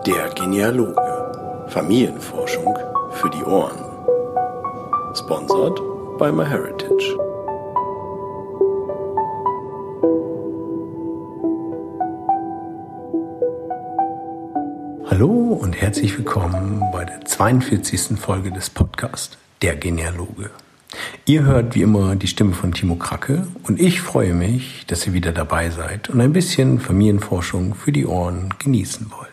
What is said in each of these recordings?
Der Genealoge. Familienforschung für die Ohren. Sponsored by MyHeritage. Hallo und herzlich willkommen bei der 42. Folge des Podcasts Der Genealoge. Ihr hört wie immer die Stimme von Timo Kracke und ich freue mich, dass ihr wieder dabei seid und ein bisschen Familienforschung für die Ohren genießen wollt.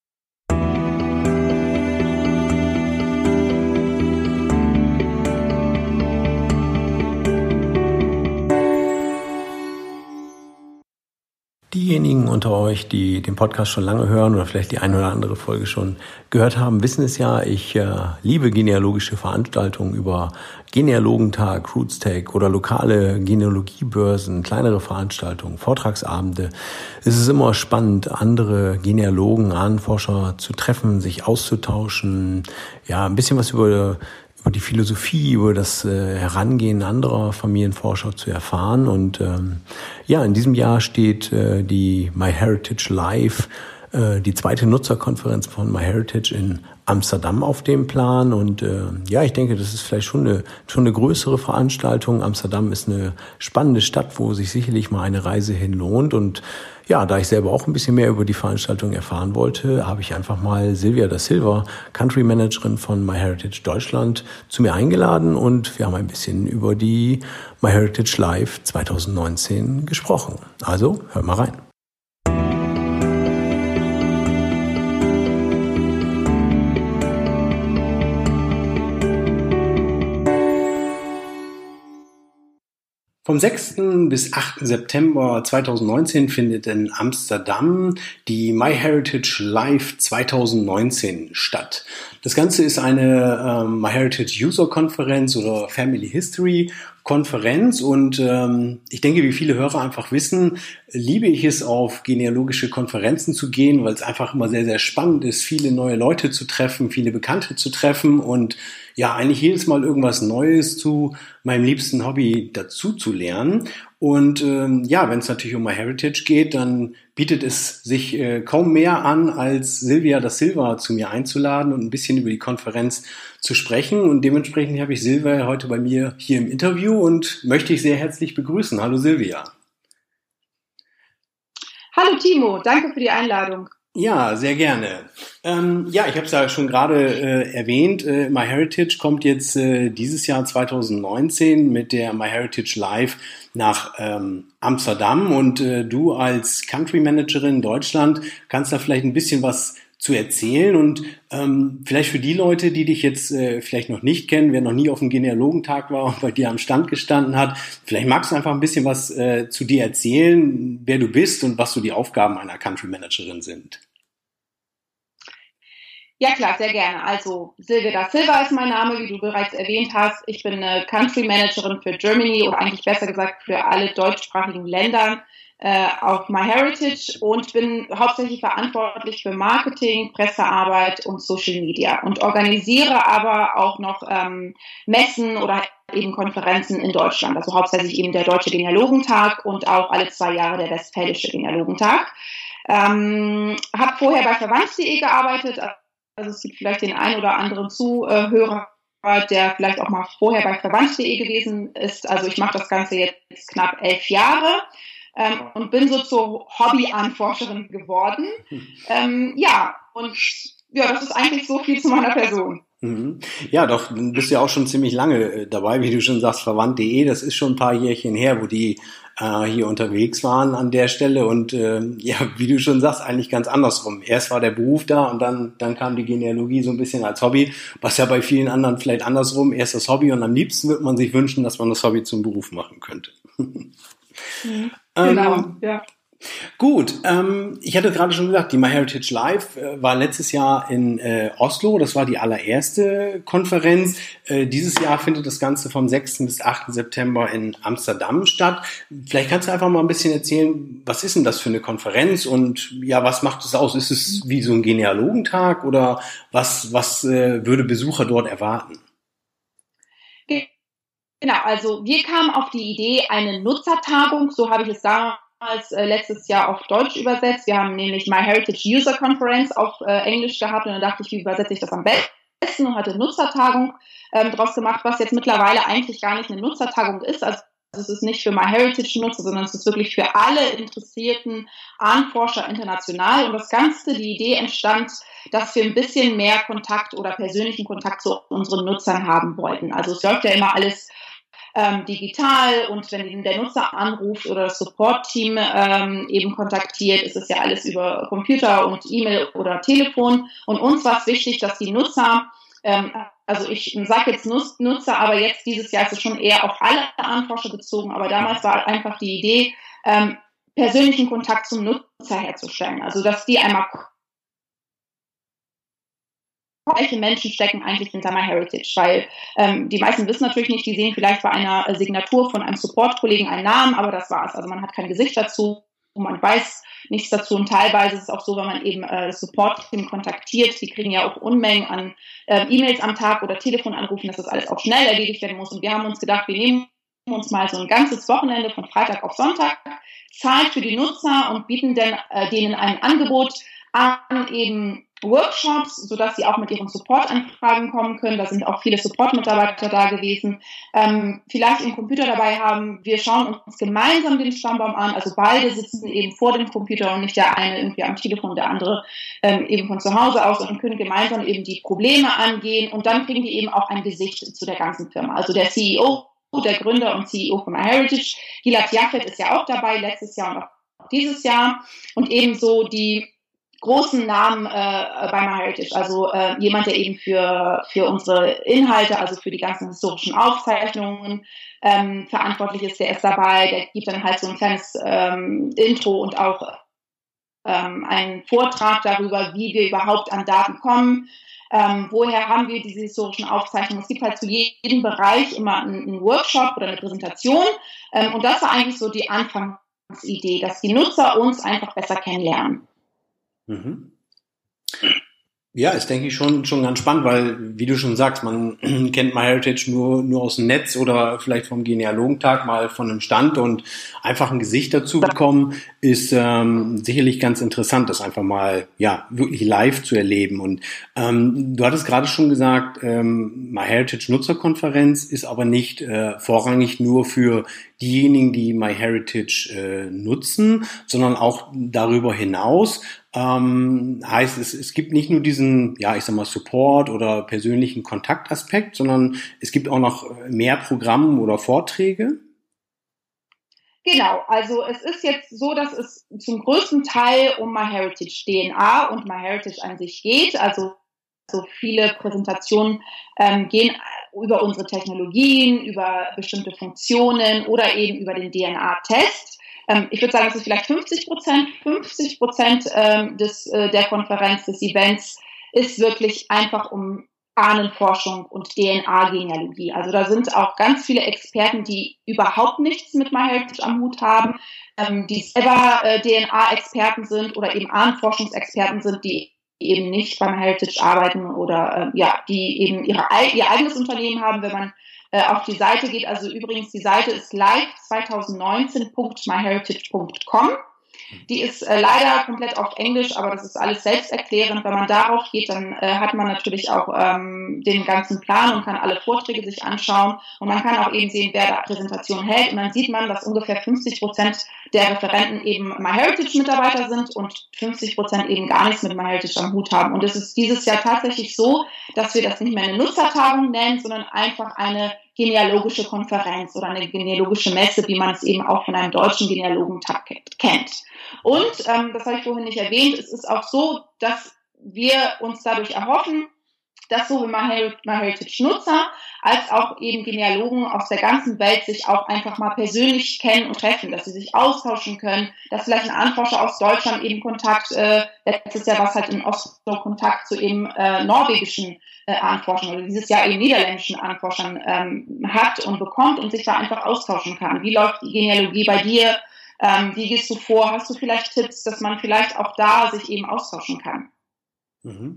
Diejenigen unter euch, die den Podcast schon lange hören oder vielleicht die eine oder andere Folge schon gehört haben, wissen es ja, ich liebe genealogische Veranstaltungen über Genealogentag, Rootstech oder lokale Genealogiebörsen, kleinere Veranstaltungen, Vortragsabende. Es ist immer spannend, andere Genealogen, Ahnenforscher zu treffen, sich auszutauschen, ja, ein bisschen was über die Philosophie, über das Herangehen anderer Familienforscher zu erfahren. Und in diesem Jahr steht die MyHeritage Live, die zweite Nutzerkonferenz von MyHeritage in Amsterdam auf dem Plan. Und ich denke, das ist vielleicht schon eine größere Veranstaltung. Amsterdam ist eine spannende Stadt, wo sich sicherlich mal eine Reise hin lohnt. Und ja, da ich selber auch ein bisschen mehr über die Veranstaltung erfahren wollte, habe ich einfach mal Silvia da Silva, Country Managerin von MyHeritage Deutschland, zu mir eingeladen und wir haben ein bisschen über die MyHeritage Live 2019 gesprochen. Also, hört mal rein. Vom 6. bis 8. September 2019 findet in Amsterdam die MyHeritage Live 2019 statt. Das Ganze ist eine MyHeritage User Konferenz oder Family History Konferenz und ich denke, wie viele Hörer einfach wissen, liebe ich es, auf genealogische Konferenzen zu gehen, weil es einfach immer sehr, sehr spannend ist, viele neue Leute zu treffen, viele Bekannte zu treffen und ja, eigentlich jedes Mal irgendwas Neues zu meinem liebsten Hobby dazu zu lernen. Und wenn es natürlich um MyHeritage geht, dann bietet es sich kaum mehr an, als Silvia da Silva zu mir einzuladen und ein bisschen über die Konferenz zu sprechen. Und dementsprechend habe ich Silvia heute bei mir hier im Interview und möchte ich sehr herzlich begrüßen. Hallo Silvia. Hallo Timo, danke für die Einladung. Ja, sehr gerne. Ich habe es ja schon gerade erwähnt, MyHeritage kommt jetzt dieses Jahr 2019 mit der MyHeritage Live nach Amsterdam und du als Country Managerin in Deutschland kannst da vielleicht ein bisschen was zu erzählen und vielleicht für die Leute, die dich jetzt vielleicht noch nicht kennen, wer noch nie auf dem Genealogentag war und bei dir am Stand gestanden hat, vielleicht magst du einfach ein bisschen was zu dir erzählen, wer du bist und was so die Aufgaben einer Country Managerin sind. Ja klar, sehr gerne. Also Silvia da Silva ist mein Name, wie du bereits erwähnt hast. Ich bin eine Country Managerin für Germany oder eigentlich besser gesagt für alle deutschsprachigen Länder auf MyHeritage und bin hauptsächlich verantwortlich für Marketing, Pressearbeit und Social Media und organisiere aber auch noch Messen oder eben Konferenzen in Deutschland, also hauptsächlich eben der Deutsche Genealogentag und auch alle 2 Jahre der Westfälische Genealogentag. Habe vorher bei Verwandt.de gearbeitet, also es gibt vielleicht den einen oder anderen Zuhörer, der vielleicht auch mal vorher bei Verwandt.de gewesen ist. Also ich mache das Ganze jetzt knapp 11 Jahre und bin so zur Hobby-Anforscherin geworden. Das ist eigentlich so viel zu meiner Person. Ja, doch, du bist ja auch schon ziemlich lange dabei, wie du schon sagst, Verwandt.de, das ist schon ein paar Jährchen her, wo die hier unterwegs waren an der Stelle und wie du schon sagst, eigentlich ganz andersrum. Erst war der Beruf da und dann kam die Genealogie so ein bisschen als Hobby, was ja bei vielen anderen vielleicht andersrum, erst das Hobby und am liebsten würde man sich wünschen, dass man das Hobby zum Beruf machen könnte. Genau, ja. Gut, ich hatte gerade schon gesagt, die MyHeritage Live war letztes Jahr in Oslo, das war die allererste Konferenz. Dieses Jahr findet das Ganze vom 6. bis 8. September in Amsterdam statt. Vielleicht kannst du einfach mal ein bisschen erzählen, was ist denn das für eine Konferenz und ja, was macht es aus? Ist es wie so ein Genealogentag oder was würde Besucher dort erwarten? Genau, also wir kamen auf die Idee, eine Nutzertagung, so habe ich es damals letztes Jahr auf Deutsch übersetzt. Wir haben nämlich MyHeritage User Conference auf Englisch gehabt und dann dachte ich, wie übersetze ich das am besten und hatte Nutzertagung draus gemacht, was jetzt mittlerweile eigentlich gar nicht eine Nutzertagung ist. Also es ist nicht für MyHeritage-Nutzer, sondern es ist wirklich für alle interessierten Ahnenforscher international. Und das Ganze, die Idee entstand, dass wir ein bisschen mehr Kontakt oder persönlichen Kontakt zu unseren Nutzern haben wollten. Also es läuft ja immer alles digital und wenn der Nutzer anruft oder das Support-Team eben kontaktiert, ist es ja alles über Computer und E-Mail oder Telefon. Und uns war es wichtig, dass die Nutzer also ich sage jetzt Nutzer, aber jetzt dieses Jahr ist es schon eher auf alle Ahnenforscher bezogen, aber damals war einfach die Idee, persönlichen Kontakt zum Nutzer herzustellen. Also dass die einmal welche Menschen stecken eigentlich hinter MyHeritage, weil die meisten wissen natürlich nicht, die sehen vielleicht bei einer Signatur von einem Support-Kollegen einen Namen, aber das war's. Also man hat kein Gesicht dazu. Und man weiß nichts dazu und teilweise ist es auch so, wenn man eben das Support-Team kontaktiert, die kriegen ja auch Unmengen an E-Mails am Tag oder Telefonanrufen, dass das alles auch schnell erledigt werden muss und wir haben uns gedacht, wir nehmen uns mal so ein ganzes Wochenende von Freitag auf Sonntag Zeit für die Nutzer und bieten dann denen ein Angebot an eben Workshops, sodass sie auch mit ihren Support-Anfragen kommen können. Da sind auch viele Support-Mitarbeiter da gewesen. Vielleicht einen Computer dabei haben. Wir schauen uns gemeinsam den Stammbaum an. Also beide sitzen eben vor dem Computer und nicht der eine irgendwie am Telefon, der andere eben von zu Hause aus und können gemeinsam eben die Probleme angehen. Und dann kriegen die eben auch ein Gesicht zu der ganzen Firma. Also der CEO, der Gründer und CEO von MyHeritage, Gilad Yafet ist ja auch dabei, letztes Jahr und auch dieses Jahr. Und ebenso die großen Namen bei MyHeritage, also jemand, der eben für unsere Inhalte, also für die ganzen historischen Aufzeichnungen verantwortlich ist, der ist dabei, der gibt dann halt so ein kleines Intro und auch einen Vortrag darüber, wie wir überhaupt an Daten kommen, woher haben wir diese historischen Aufzeichnungen. Es gibt halt zu jedem Bereich immer einen Workshop oder eine Präsentation und das war eigentlich so die Anfangsidee, dass die Nutzer uns einfach besser kennenlernen. Mhm. Ja, ist, denke ich, schon ganz spannend, weil, wie du schon sagst, man kennt MyHeritage nur aus dem Netz oder vielleicht vom Genealogentag mal von einem Stand und einfach ein Gesicht dazu bekommen, ist sicherlich ganz interessant, das einfach mal, ja, wirklich live zu erleben. Und du hattest gerade schon gesagt, MyHeritage Nutzerkonferenz ist aber nicht vorrangig nur für diejenigen, die MyHeritage nutzen, sondern auch darüber hinaus. Heißt es gibt nicht nur diesen, ja, ich sag mal, Support oder persönlichen Kontaktaspekt, sondern es gibt auch noch mehr Programme oder Vorträge? Genau, also es ist jetzt so, dass es zum größten Teil um MyHeritage DNA und MyHeritage an sich geht. Also so viele Präsentationen gehen über unsere Technologien, über bestimmte Funktionen oder eben über den DNA-Test. Ich würde sagen, es ist vielleicht 50% der Konferenz, des Events, ist wirklich einfach um Ahnenforschung und DNA-Genealogie. Also da sind auch ganz viele Experten, die überhaupt nichts mit MyHeritage am Hut haben, die selber DNA-Experten sind oder eben Ahnenforschungsexperten sind, die eben nicht beim MyHeritage arbeiten oder die eben ihr eigenes Unternehmen haben, wenn man auf die Seite geht. Also übrigens, die Seite ist live2019.myheritage.com. Die ist leider komplett auf Englisch, aber das ist alles selbsterklärend. Wenn man darauf geht, dann hat man natürlich auch den ganzen Plan und kann alle Vorträge sich anschauen. Und man kann auch eben sehen, wer da Präsentation hält. Und dann sieht man, dass ungefähr 50% der Referenten eben MyHeritage-Mitarbeiter sind und 50% eben gar nichts mit MyHeritage am Hut haben. Und es ist dieses Jahr tatsächlich so, dass wir das nicht mehr eine Nutzertagung nennen, sondern einfach eine genealogische Konferenz oder eine genealogische Messe, wie man es eben auch von einem deutschen Genealogentag kennt. Und, das habe ich vorhin nicht erwähnt, es ist auch so, dass wir uns dadurch erhoffen, dass sowohl MyHeritage-Nutzer als auch eben Genealogen aus der ganzen Welt sich auch einfach mal persönlich kennen und treffen, dass sie sich austauschen können, dass vielleicht ein Ahnenforscher aus Deutschland eben letztes Jahr war es halt in Oslo Kontakt zu eben norwegischen Ahnenforschern oder dieses Jahr eben niederländischen Ahnenforschern hat und bekommt und sich da einfach austauschen kann. Wie läuft die Genealogie bei dir? Wie gehst du vor? Hast du vielleicht Tipps, dass man vielleicht auch da sich eben austauschen kann? Mhm.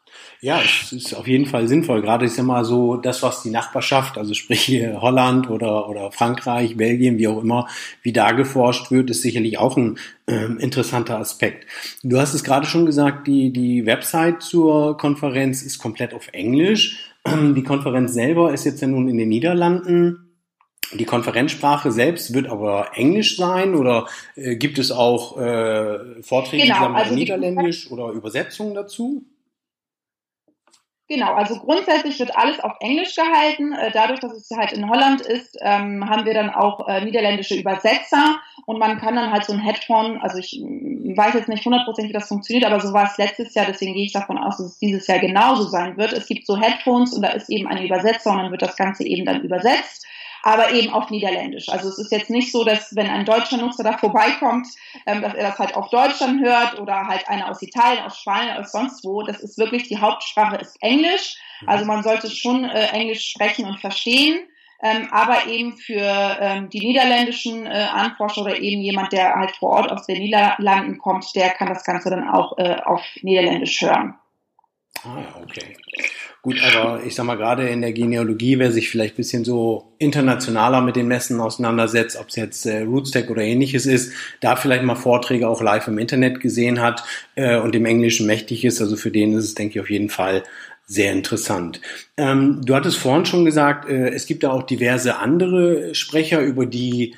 Ja, es ist auf jeden Fall sinnvoll. Gerade ist ja mal so das, was die Nachbarschaft, also sprich hier Holland oder Frankreich, Belgien, wie auch immer, wie da geforscht wird, ist sicherlich auch ein interessanter Aspekt. Du hast es gerade schon gesagt, die Website zur Konferenz ist komplett auf Englisch. Die Konferenz selber ist jetzt ja nun in den Niederlanden. Die Konferenzsprache selbst wird aber Englisch sein oder gibt es auch Vorträge in Niederländisch oder Übersetzungen dazu? Genau, also grundsätzlich wird alles auf Englisch gehalten. Dadurch, dass es halt in Holland ist, haben wir dann auch niederländische Übersetzer und man kann dann halt so ein Headphone, also ich weiß jetzt nicht 100%, wie das funktioniert, aber so war es letztes Jahr, deswegen gehe ich davon aus, dass es dieses Jahr genauso sein wird. Es gibt so Headphones und da ist eben ein Übersetzer und dann wird das Ganze eben dann übersetzt, aber eben auf Niederländisch. Also es ist jetzt nicht so, dass wenn ein deutscher Nutzer da vorbeikommt, dass er das halt auf Deutsch dann hört oder halt einer aus Italien, aus Spanien, aus sonst wo. Das ist wirklich, die Hauptsprache ist Englisch. Also man sollte schon Englisch sprechen und verstehen. Aber eben für die niederländischen Anforscher oder eben jemand, der halt vor Ort aus den Niederlanden kommt, der kann das Ganze dann auch auf Niederländisch hören. Ah, okay. Gut, aber ich sag mal, gerade in der Genealogie, wer sich vielleicht ein bisschen so internationaler mit den Messen auseinandersetzt, ob es jetzt RootsTech oder ähnliches ist, da vielleicht mal Vorträge auch live im Internet gesehen hat und im Englischen mächtig ist, also für den ist es, denke ich, auf jeden Fall sehr interessant. Du hattest vorhin schon gesagt, es gibt da auch diverse andere Sprecher über die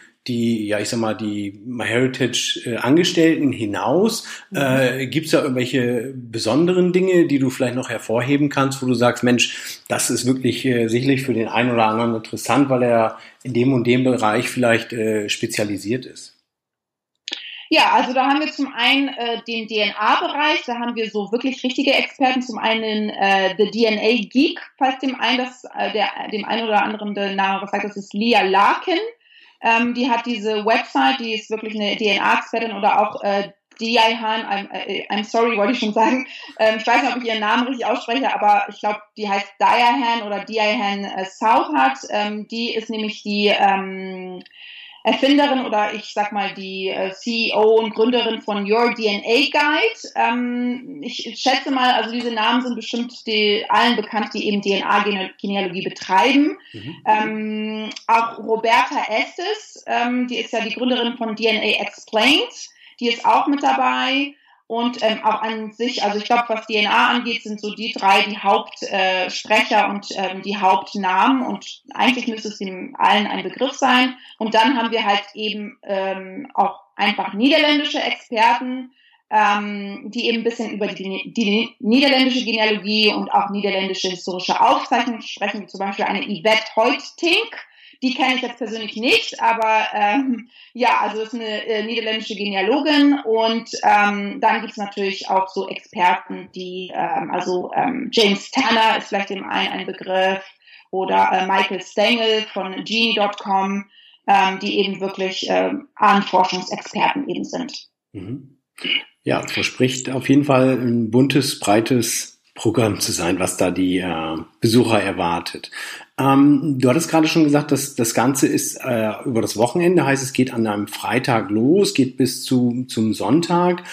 MyHeritage Angestellten hinaus. Gibt es da irgendwelche besonderen Dinge, die du vielleicht noch hervorheben kannst, wo du sagst, Mensch, das ist wirklich sicherlich für den einen oder anderen interessant, weil er in dem und dem Bereich vielleicht spezialisiert ist? Ja, also da haben wir zum einen den DNA-Bereich, da haben wir so wirklich richtige Experten, zum einen The DNA Geek, falls dem einen oder anderen der Name was sagt, das ist Leah Larkin. Die hat diese Website, die ist wirklich eine DNA-Expertin oder auch Diahan, I'm sorry, wollte ich schon sagen. Ich weiß nicht, ob ich ihren Namen richtig ausspreche, aber ich glaube, die heißt Diahan oder Diahan Southard. Die ist nämlich die Erfinderin oder ich sag mal die CEO und Gründerin von Your DNA Guide. Ich schätze mal, also diese Namen sind bestimmt allen bekannt, die eben DNA-Genealogie betreiben. Auch Roberta Estes, die ist ja die Gründerin von DNA Explained, die ist auch mit dabei. Und auch an sich, also ich glaube, was DNA angeht, sind so die drei die Hauptsprecher und die Hauptnamen. Und eigentlich müsste es ihnen allen ein Begriff sein. Und dann haben wir halt eben auch einfach niederländische Experten, die eben ein bisschen über die niederländische Genealogie und auch niederländische historische Aufzeichnungen sprechen, wie zum Beispiel eine Yvette Hoytink. Die kenne ich jetzt persönlich nicht, aber also ist eine niederländische Genealogin und dann gibt es natürlich auch so Experten, die James Tanner ist vielleicht dem einen ein Begriff oder Michael Stengel von Genie.com, die eben wirklich Ahnenforschungsexperten eben sind. Ja, verspricht auf jeden Fall ein buntes, breites Programm zu sein, was da die Besucher erwartet. Du hattest gerade schon gesagt, dass das Ganze ist über das Wochenende, heißt es geht an einem Freitag los, geht bis zum Sonntag.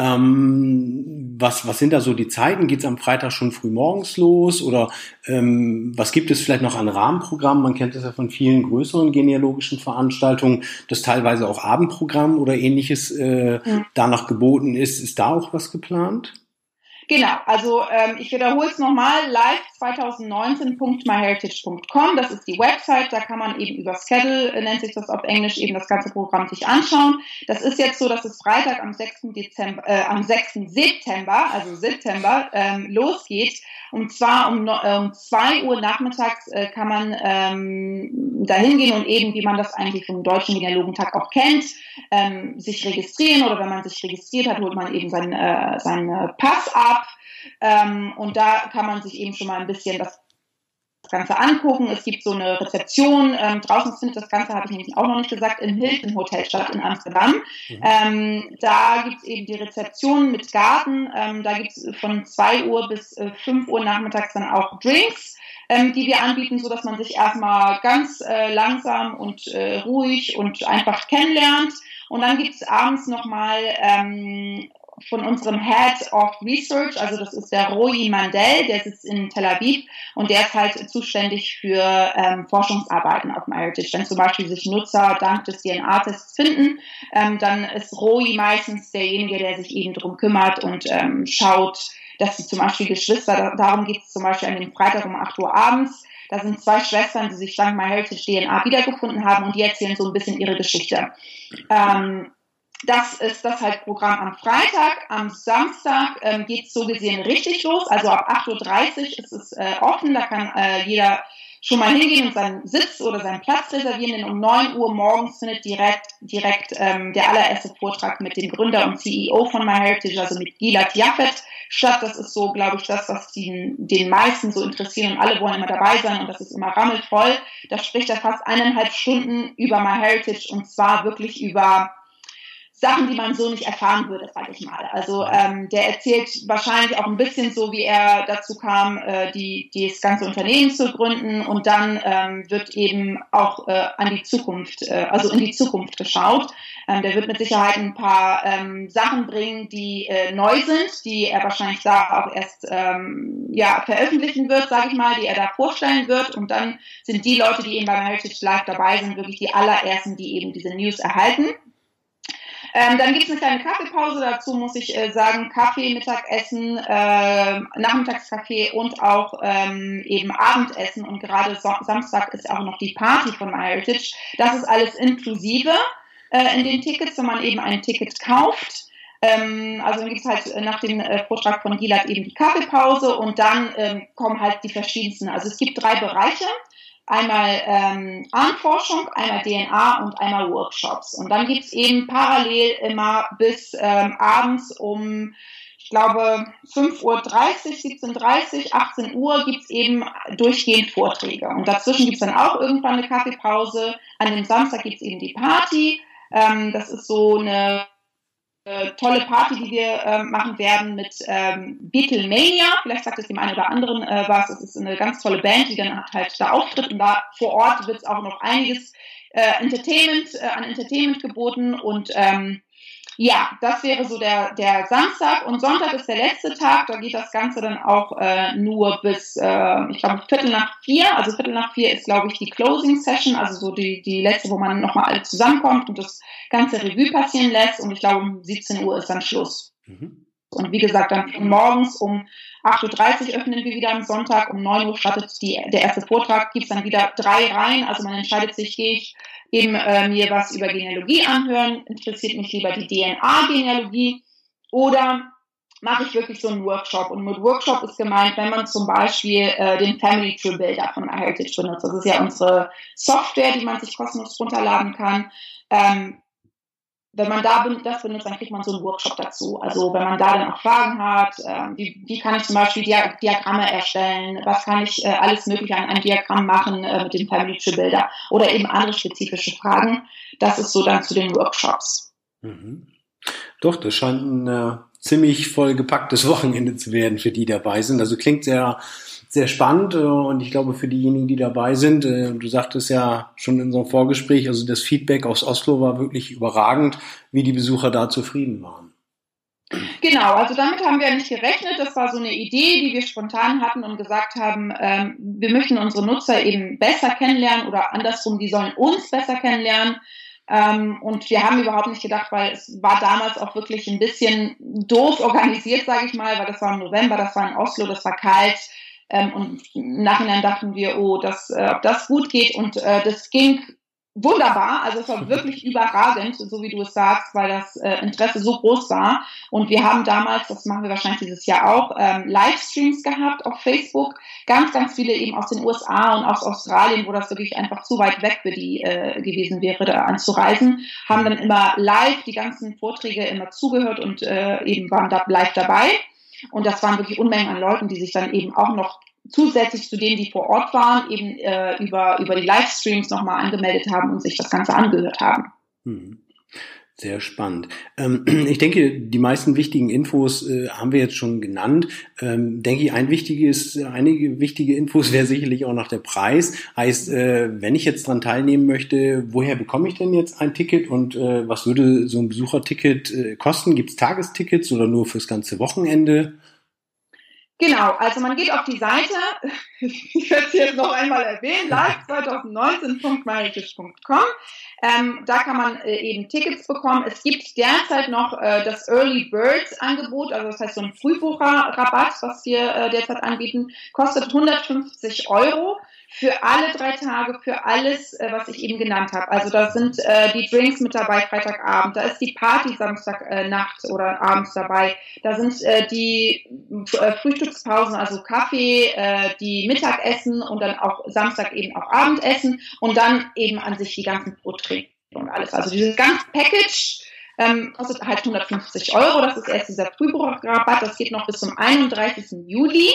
Was sind da so die Zeiten? Geht es am Freitag schon früh morgens los oder was gibt es vielleicht noch an Rahmenprogrammen? Man kennt das ja von vielen größeren genealogischen Veranstaltungen, dass teilweise auch Abendprogramm oder ähnliches danach geboten ist. Ist da auch was geplant? Genau, also ich wiederhole es nochmal, live2019.myheritage.com, das ist die Website, da kann man eben über Schedule, nennt sich das auf Englisch, eben das ganze Programm sich anschauen. Das ist jetzt so, dass es Freitag am 6. September losgeht. Und zwar um 2 Uhr nachmittags kann man dahin gehen und eben, wie man das eigentlich vom Deutschen Genealogentag auch kennt, sich registrieren oder wenn man sich registriert hat, holt man eben seinen Pass ab. Und da kann man sich eben schon mal ein bisschen das Ganze angucken. Es gibt so eine Rezeption. Draußen findet das Ganze, habe ich nämlich auch noch nicht gesagt, im Hilton Hotel statt in Amsterdam. Da gibt es eben die Rezeption mit Garten. Da gibt es von 2 Uhr bis 5 Uhr nachmittags dann auch Drinks, die wir anbieten, so dass man sich erstmal ganz langsam und ruhig und einfach kennenlernt. Und dann gibt es abends nochmal von unserem Head of Research, also das ist der Roy Mandel, der sitzt in Tel Aviv und der ist halt zuständig für Forschungsarbeiten auf MyHeritage. Wenn zum Beispiel sich Nutzer dank des DNA-Tests finden, dann ist Roy meistens derjenige, der sich eben drum kümmert und schaut, dass sie zum Beispiel Geschwister, darum geht es zum Beispiel an dem Freitag um 8 Uhr abends, da sind 2 Schwestern, die sich dank MyHeritage DNA wiedergefunden haben und die erzählen so ein bisschen ihre Geschichte. Das ist das halt Programm am Freitag. Am Samstag geht es so gesehen richtig los. Also ab 8.30 Uhr ist es offen. Da kann jeder schon mal hingehen und seinen Sitz oder seinen Platz reservieren. Denn um 9 Uhr morgens findet direkt der allererste Vortrag mit dem Gründer und CEO von MyHeritage, also mit Gilad Yafet, statt. Das ist so, glaube ich, das, was den meisten so interessieren und alle wollen immer dabei sein und das ist immer rammelvoll. Da spricht er fast 1,5 Stunden über MyHeritage und zwar wirklich über Sachen, die man so nicht erfahren würde, sage ich mal. Also der erzählt wahrscheinlich auch ein bisschen so, wie er dazu kam, das ganze Unternehmen zu gründen und dann wird eben auch an die Zukunft, also in die Zukunft geschaut. Der wird mit Sicherheit ein paar Sachen bringen, die neu sind, die er wahrscheinlich da auch erst veröffentlichen wird, sage ich mal, die er da vorstellen wird und dann sind die Leute, die eben beim Heritage Live dabei sind, wirklich die allerersten, die eben diese News erhalten. Dann gibt es eine kleine Kaffeepause, dazu muss ich sagen, Kaffee, Mittagessen, Nachmittagskaffee und auch eben Abendessen und gerade Samstag ist auch noch die Party von MyHeritage. Das ist alles inklusive in den Tickets, wenn man eben ein Ticket kauft. Also dann gibt es halt nach dem Vortrag von Gilad eben die Kaffeepause und dann kommen halt die verschiedensten, also es gibt 3 Bereiche. Einmal Ahnenforschung, einmal DNA und einmal Workshops. Und dann gibt's eben parallel immer bis abends um, ich glaube, 5.30 Uhr, 17.30 Uhr, 18 Uhr gibt's eben durchgehend Vorträge. Und dazwischen gibt's dann auch irgendwann eine Kaffeepause. An dem Samstag gibt's eben die Party. Das ist so eine tolle Party, die wir machen werden mit Beatlemania. Vielleicht sagt es dem einen oder anderen was. Es ist eine ganz tolle Band, die dann halt da auftritt und da vor Ort wird es auch noch einiges an Entertainment geboten und das wäre so der Samstag und Sonntag ist der letzte Tag. Da geht das Ganze dann auch nur bis, ich glaube, 3:45. Also 3:45 ist, glaube ich, die Closing Session, also so die letzte, wo man nochmal alle zusammenkommt und das ganze Revue passieren lässt. Und ich glaube, um 17 Uhr ist dann Schluss. Mhm. Und wie gesagt, dann morgens um 8.30 Uhr öffnen wir wieder am Sonntag. Um 9 Uhr startet der erste Vortrag, gibt es dann wieder 3 Reihen. Also man entscheidet sich, gehe ich eben mir was über Genealogie anhören, interessiert mich lieber die DNA-Genealogie oder mache ich wirklich so einen Workshop. Und mit Workshop ist gemeint, wenn man zum Beispiel den Family Tree Builder von MyHeritage benutzt. Das ist ja unsere Software, die man sich kostenlos runterladen kann. Wenn man das benutzt, dann kriegt man so einen Workshop dazu. Also wenn man da dann auch Fragen hat, wie kann ich zum Beispiel Diagramme erstellen, was kann ich alles Mögliche an einem Diagramm machen mit dem Family Tree Builder oder eben andere spezifische Fragen. Das ist so dann zu den Workshops. Mhm. Doch, das scheint ein ziemlich vollgepacktes Wochenende zu werden für die dabei sind. Also klingt sehr, sehr spannend und ich glaube für diejenigen, die dabei sind, du sagtest ja schon in unserem Vorgespräch, also das Feedback aus Oslo war wirklich überragend, wie die Besucher da zufrieden waren. Genau, also damit haben wir nicht gerechnet. Das war so eine Idee, die wir spontan hatten und gesagt haben, wir möchten unsere Nutzer eben besser kennenlernen oder andersrum, die sollen uns besser kennenlernen. Und wir haben überhaupt nicht gedacht, weil es war damals auch wirklich ein bisschen doof organisiert, sage ich mal, weil das war im November, das war in Oslo, das war kalt. Und im Nachhinein dachten wir, ob das gut geht. Und das ging wunderbar. Also es war wirklich überragend, so wie du es sagst, weil das Interesse so groß war. Und wir haben damals, das machen wir wahrscheinlich dieses Jahr auch, Livestreams gehabt auf Facebook. Ganz, ganz viele eben aus den USA und aus Australien, wo das wirklich einfach zu weit weg für die gewesen wäre, da anzureisen. Haben dann immer live die ganzen Vorträge immer zugehört und eben waren da live dabei. Und das waren wirklich Unmengen an Leuten, die sich dann eben auch noch zusätzlich zu denen, die vor Ort waren, eben über die Livestreams nochmal angemeldet haben und sich das Ganze angehört haben. Sehr spannend. Ich denke, die meisten wichtigen Infos haben wir jetzt schon genannt. Denke ich, einige wichtige Infos wäre sicherlich auch noch der Preis. Heißt, wenn ich jetzt dran teilnehmen möchte, woher bekomme ich denn jetzt ein Ticket und was würde so ein Besucherticket kosten? Gibt es Tagestickets oder nur fürs ganze Wochenende? Genau, also man geht auf die Seite, ich werde es jetzt noch einmal erwähnen, live2019.myheritage.com. Da kann man eben Tickets bekommen. Es gibt derzeit noch das Early Birds Angebot, also das heißt so ein Frühbucherrabatt, was wir derzeit anbieten, kostet 150 € für alle 3 Tage, für alles, was ich eben genannt habe. Also da sind die Drinks mit dabei, Freitagabend, da ist die Party Samstagnacht oder abends dabei, da sind die Frühstückspausen, also Kaffee, die Mittagessen und dann auch Samstag eben auch Abendessen und dann eben an sich die ganzen Brottränke und alles. Also dieses ganze Package kostet halt 150 €. Das ist erst dieser Frühbucherrabatt, das geht noch bis zum 31. Juli.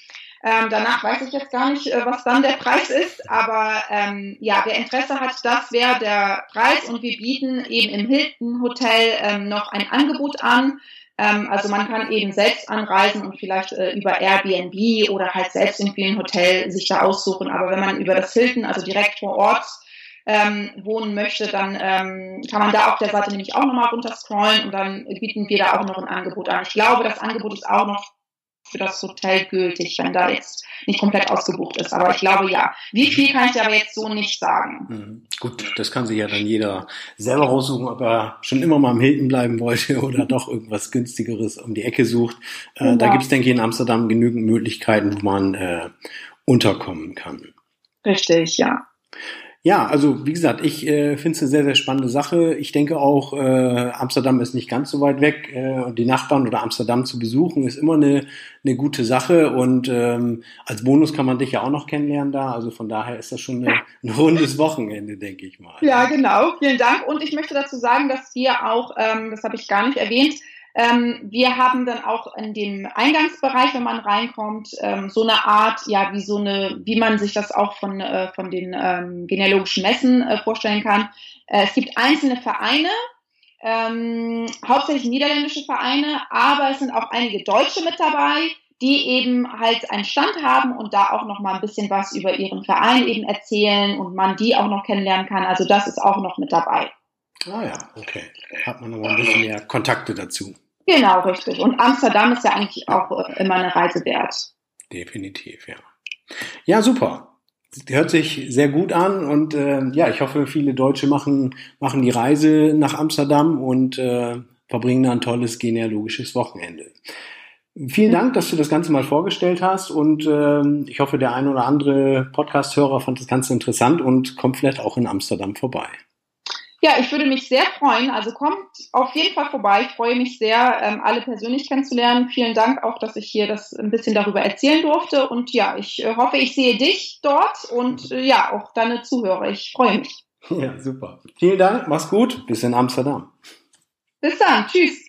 Danach weiß ich jetzt gar nicht, was dann der Preis ist, aber ja, wer Interesse hat, das wäre der Preis und wir bieten eben im Hilton Hotel noch ein Angebot an. Also man kann eben selbst anreisen und vielleicht über Airbnb oder halt selbst irgendwie ein Hotel sich da aussuchen, aber wenn man über das Hilton, also direkt vor Ort wohnen möchte, dann kann man da auf der Seite nämlich auch nochmal runterscrollen und dann bieten wir da auch noch ein Angebot an. Ich glaube, das Angebot ist auch noch für das Hotel gültig, wenn da jetzt nicht komplett ausgebucht ist. Aber ich glaube, ja. Wie viel kann ich dir aber jetzt so nicht sagen. Gut, das kann sich ja dann jeder selber raussuchen, ob er schon immer mal im Hilton bleiben wollte oder doch irgendwas Günstigeres um die Ecke sucht. Genau. Da gibt es, denke ich, in Amsterdam genügend Möglichkeiten, wo man unterkommen kann. Richtig, ja. Ja, also wie gesagt, ich finde es eine sehr, sehr spannende Sache. Ich denke auch, Amsterdam ist nicht ganz so weit weg und die Nachbarn oder Amsterdam zu besuchen ist immer eine gute Sache und als Bonus kann man dich ja auch noch kennenlernen da. Also von daher ist das schon ein rundes Wochenende, denke ich mal. Ja, genau. Vielen Dank. Und ich möchte dazu sagen, dass wir auch, das habe ich gar nicht erwähnt, wir haben dann auch in dem Eingangsbereich, wenn man reinkommt, so eine Art, ja, wie man sich das auch von den genealogischen Messen vorstellen kann. Es gibt einzelne Vereine, hauptsächlich niederländische Vereine, aber es sind auch einige Deutsche mit dabei, die eben halt einen Stand haben und da auch noch mal ein bisschen was über ihren Verein eben erzählen und man die auch noch kennenlernen kann. Also das ist auch noch mit dabei. Ah ja, okay. Hat man noch mal ein bisschen mehr Kontakte dazu. Genau, richtig. Und Amsterdam ist ja eigentlich auch immer eine Reise wert. Definitiv, ja. Ja, super. Hört sich sehr gut an und ja, ich hoffe, viele Deutsche machen die Reise nach Amsterdam und verbringen da ein tolles genealogisches Wochenende. Vielen Dank, dass du das Ganze mal vorgestellt hast und ich hoffe, der ein oder andere Podcast-Hörer fand das Ganze interessant und kommt vielleicht auch in Amsterdam vorbei. Ja, ich würde mich sehr freuen. Also kommt auf jeden Fall vorbei. Ich freue mich sehr, alle persönlich kennenzulernen. Vielen Dank auch, dass ich hier das ein bisschen darüber erzählen durfte. Und ja, ich hoffe, ich sehe dich dort und ja, auch deine Zuhörer. Ich freue mich. Ja, super. Vielen Dank. Mach's gut. Bis in Amsterdam. Bis dann. Tschüss.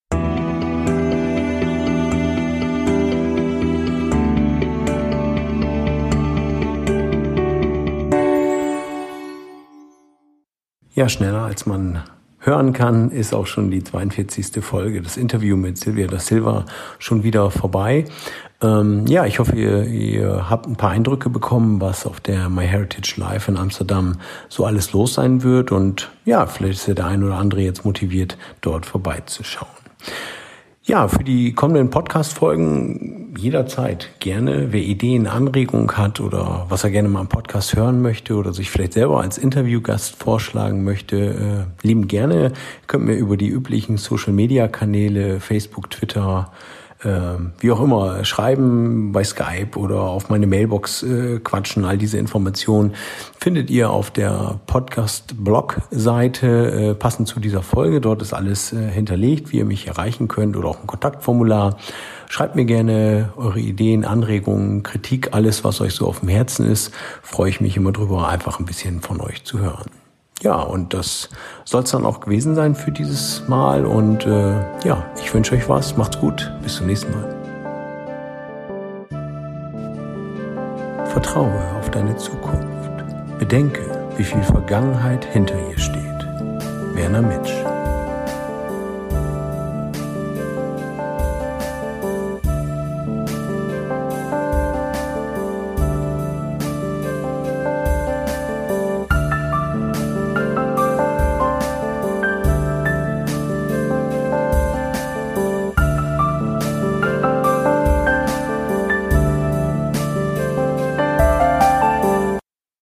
Ja, schneller als man hören kann, ist auch schon die 42. Folge, das Interview mit Silvia da Silva, schon wieder vorbei. Ja, ich hoffe, ihr habt ein paar Eindrücke bekommen, was auf der MyHeritage Live in Amsterdam so alles los sein wird. Und ja, vielleicht ist ja der ein oder andere jetzt motiviert, dort vorbeizuschauen. Ja, für die kommenden Podcast-Folgen jederzeit gerne. Wer Ideen, Anregungen hat oder was er gerne mal im Podcast hören möchte oder sich vielleicht selber als Interviewgast vorschlagen möchte, liebend gerne. Könnt mir über die üblichen Social-Media-Kanäle, Facebook, Twitter, wie auch immer, schreiben bei Skype oder auf meine Mailbox quatschen. All diese Informationen findet ihr auf der Podcast-Blog-Seite passend zu dieser Folge. Dort ist alles hinterlegt, wie ihr mich erreichen könnt oder auch ein Kontaktformular. Schreibt mir gerne eure Ideen, Anregungen, Kritik, alles, was euch so auf dem Herzen ist. Freue ich mich immer drüber, einfach ein bisschen von euch zu hören. Ja, und das soll es dann auch gewesen sein für dieses Mal. Und ja, ich wünsche euch was. Macht's gut. Bis zum nächsten Mal. Vertraue auf deine Zukunft. Bedenke, wie viel Vergangenheit hinter ihr steht. Werner Mitsch.